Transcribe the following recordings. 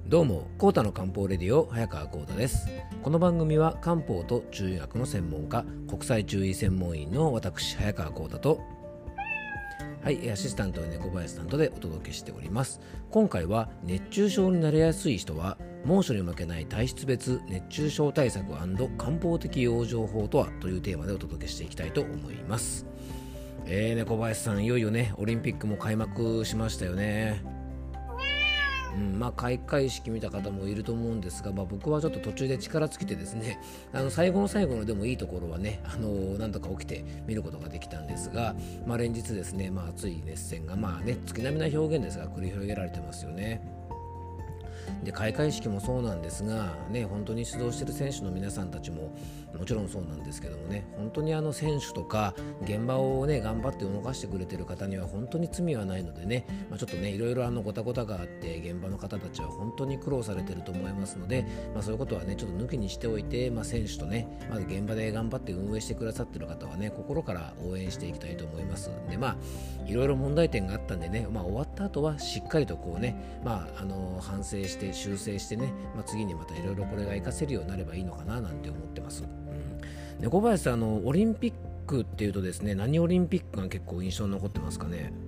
どうも、コータの漢方レディオ早川コータです。この番組は漢方と中医学の専門家、国際中医専門医の私早川コータとアシスタントの猫林さんとでお届けしております。今回は熱中症になりやすい人は猛暑に負けない体質別熱中症対策&漢方的養生法とはというテーマでお届けしていきたいと思います。猫林さん、いよいよねオリンピックも開幕しましたよね。開会式見た方もいると思うんですが、僕はちょっと途中で力尽きてですね、最後の最後のでもいいところはね、なんとか起きて見ることができたんですが、連日ですね、熱い熱戦が月並みな表現ですが繰り広げられてますよね。で、開会式もそうなんですがね、本当に指導している選手の皆さんたちももちろんそうなんですけどもね、本当に選手とか現場をね頑張って動かしてくれている方には本当に罪はないのでね、ちょっとねいろいろごたごたがあって現場の方たちは本当に苦労されていると思いますので、そういうことはねちょっと抜きにしておいて、選手とねまず現場で頑張って運営してくださっている方はね心から応援していきたいと思います。で、いろいろ問題点があったんでね、終わった後はしっかりとこうね、反省して修正してね、次にまたいろいろこれが活かせるようになればいいのかななんて思ってます。で、小林さん、オリンピックっていうとですね、何オリンピックが結構印象に残ってますかね。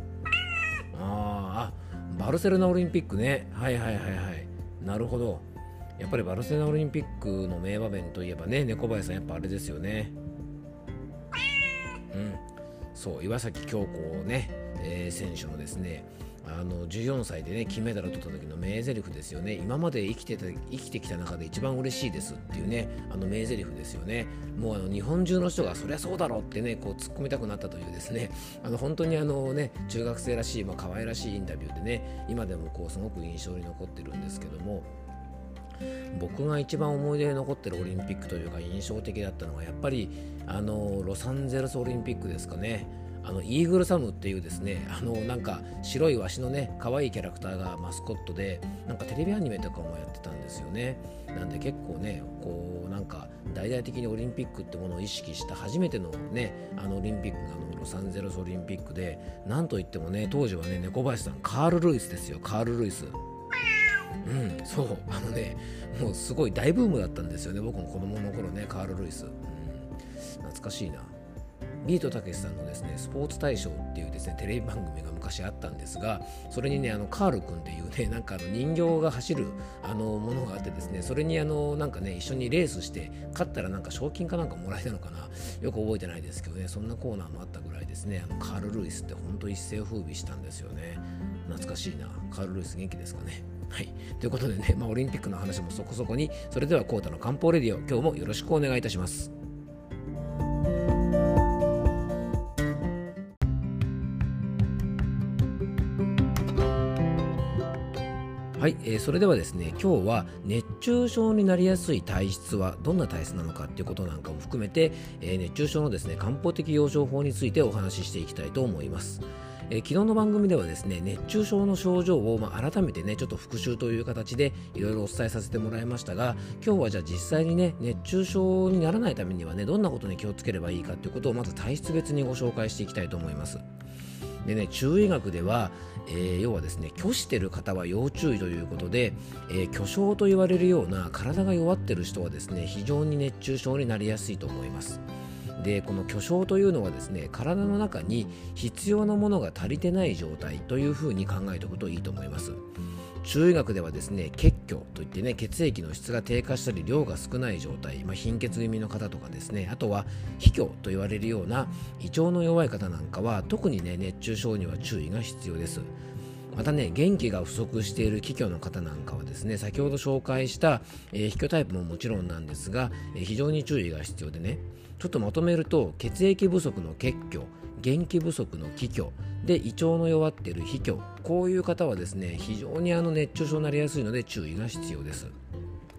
バルセロナオリンピックね。なるほど。やっぱりバルセロナオリンピックの名場面といえばね、猫林さんやっぱあれですよね。そう、岩崎恭子ね、選手のですね14歳でね金メダルを取った時の名台詞ですよね。今まで生きてきた中で一番嬉しいですっていうね名台詞ですよね。もう日本中の人がそりゃそうだろうってねこう突っ込みたくなったというですね本当に中学生らしい可愛らしいインタビューでね、今でもこうすごく印象に残ってるんですけども、僕が一番思い出に残ってるオリンピックというか印象的だったのはやっぱりロサンゼルスオリンピックですかね。イーグルサムっていうですねなんか白いワシのね可愛いキャラクターがマスコットで、なんかテレビアニメとかもやってたんですよね。なんで結構ねこうなんか大々的にオリンピックってものを意識した初めてのねオリンピックがロサンゼルスオリンピックで、なんといってもね当時はね猫林さんカール・ルイスですよ。カール・ルイス、そうもうすごい大ブームだったんですよね、僕も子供の頃ね。カール・ルイス、懐かしいな。ビートたけしさんのですねスポーツ大賞っていうですねテレビ番組が昔あったんですが、それにねカール君っていうねなんか人形が走るものがあってですね、それになんかね一緒にレースして勝ったらなんか賞金かなんかもらえたのかな、よく覚えてないですけどね、そんなコーナーもあったぐらいですね。カール・ルイスって本当一世を風靡したんですよね。懐かしいな。カール・ルイス元気ですかね。ということでね、オリンピックの話もそこそこに、それではコータの漢方レディオ、今日もよろしくお願いいたします。それではですね、今日は熱中症になりやすい体質はどんな体質なのかということなんかも含めて、熱中症のですね漢方的養生法についてお話ししていきたいと思います。昨日の番組ではですね熱中症の症状を改めてねちょっと復習という形でいろいろお伝えさせてもらいましたが、今日はじゃあ実際にね熱中症にならないためにはねどんなことに気をつければいいかということをまず体質別にご紹介していきたいと思います。でね、中医学では、要はですね虚している方は要注意ということで、虚症と言われるような体が弱っている人はですね非常に熱中症になりやすいと思います。で、この虚症というのはですね体の中に必要なものが足りてない状態というふうに考えておくといいと思います。中医学ではですね血虚といってね血液の質が低下したり量が少ない状態、貧血気味の方とかですね、あとは脾虚と言われるような胃腸の弱い方なんかは特にね熱中症には注意が必要です。またね元気が不足している気虚の方なんかはですね先ほど紹介した、脾虚タイプももちろんなんですが、非常に注意が必要でね、ちょっとまとめると血液不足の血虚、元気不足の気虚で胃腸の弱っている脾虚、こういう方はですね非常に熱中症になりやすいので注意が必要です。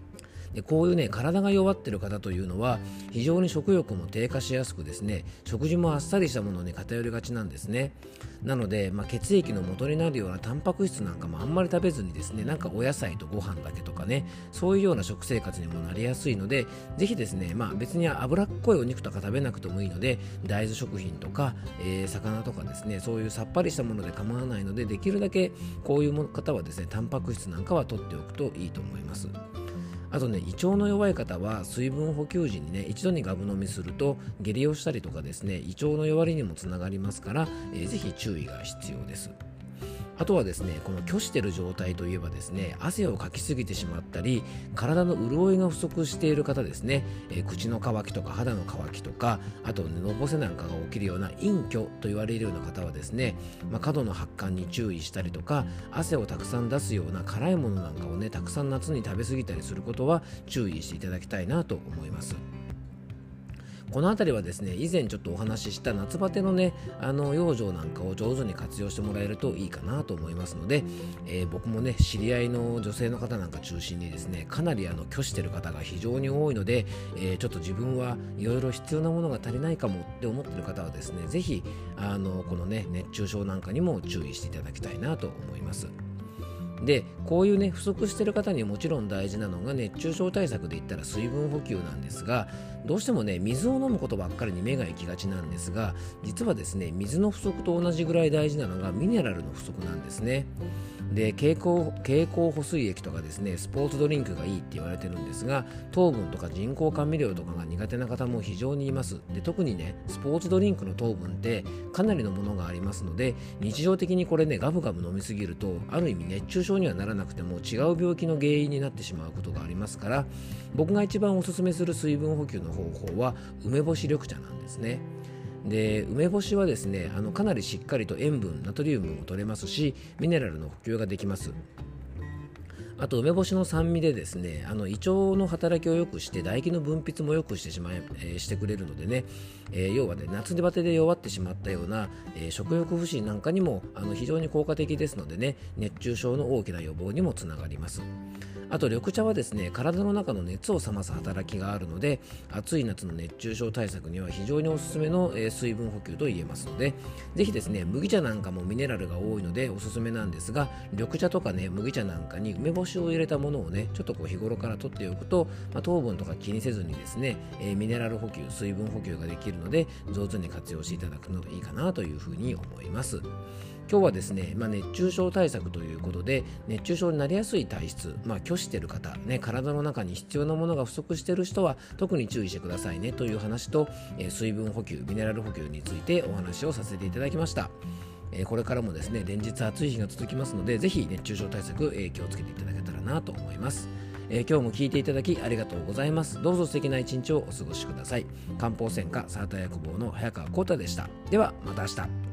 でこういうね体が弱っている方というのは非常に食欲も低下しやすくですね、食事もあっさりしたものに偏りがちなんですね。なので、血液の元になるようなタンパク質なんかもあんまり食べずにですね、なんかお野菜とご飯だけとかね、そういうような食生活にもなりやすいので、ぜひですね、別に脂っこいお肉とか食べなくてもいいので、大豆食品とか、魚とかですね、そういうさっぱりしたもので構わないので、できるだけこういう方はですね、タンパク質なんかは取っておくといいと思います。あとね、胃腸の弱い方は水分補給時にね一度にガブ飲みすると下痢をしたりとかですね、胃腸の弱りにもつながりますから、ぜひ注意が必要です。あとはですね、この虚している状態といえばですね、汗をかきすぎてしまったり体の潤いが不足している方ですね、口の渇きとか肌の渇きとか、あとのぼせなんかが起きるような陰虚と言われるような方はですね、過度の発汗に注意したりとか、汗をたくさん出すような辛いものなんかをねたくさん夏に食べ過ぎたりすることは注意していただきたいなと思います。この辺りはですね、以前ちょっとお話しした夏バテのね養生なんかを上手に活用してもらえるといいかなと思いますので、僕もね知り合いの女性の方なんか中心にですね、かなり虚してる方が非常に多いので、ちょっと自分はいろいろ必要なものが足りないかもって思ってる方はですね、ぜひこのね熱中症なんかにも注意していただきたいなと思います。でこういうね不足している方にもちろん大事なのが熱中症対策で言ったら水分補給なんですが、どうしてもね水を飲むことばっかりに目が行きがちなんですが、実はですね水の不足と同じぐらい大事なのがミネラルの不足なんですね。で経口補水液とかですねスポーツドリンクがいいって言われてるんですが、糖分とか人工甘味料とかが苦手な方も非常にいます。で特にねスポーツドリンクの糖分ってかなりのものがありますので、日常的にこれねガブガブ飲みすぎるとある意味熱中症にはならなくても違う病気の原因になってしまうことがありますから、僕が一番おすすめする水分補給の方法は梅干し緑茶なんですね。で梅干しはですねかなりしっかりと塩分ナトリウムも取れますし、ミネラルの補給ができます。あと梅干しの酸味でですね胃腸の働きを良くして唾液の分泌も良くしてくれるのでね、要はね夏バテで弱ってしまったような、食欲不振なんかにも非常に効果的ですのでね、熱中症の大きな予防にもつながります。あと緑茶はですね体の中の熱を冷ます働きがあるので、暑い夏の熱中症対策には非常におすすめの、水分補給と言えますので、ぜひですね麦茶なんかもミネラルが多いのでおすすめなんですが、緑茶とかね麦茶なんかに梅干しを入れたものをねちょっと日頃から取っておくと、糖分とか気にせずにですね、ミネラル補給水分補給ができるので上手に活用していただくのがいいかなというふうに思います。今日はですね、熱中症対策ということで、熱中症になりやすい体質、虚している方、体の中に必要なものが不足している人は特に注意してくださいねという話と、水分補給、ミネラル補給についてお話をさせていただきました。これからもですね連日暑い日が続きますので、ぜひ熱中症対策、気をつけていただけたらなと思います。今日も聞いていただきありがとうございます。どうぞ素敵な一日をお過ごしください。漢方専科サーター薬房の早川浩太でした。ではまた明日。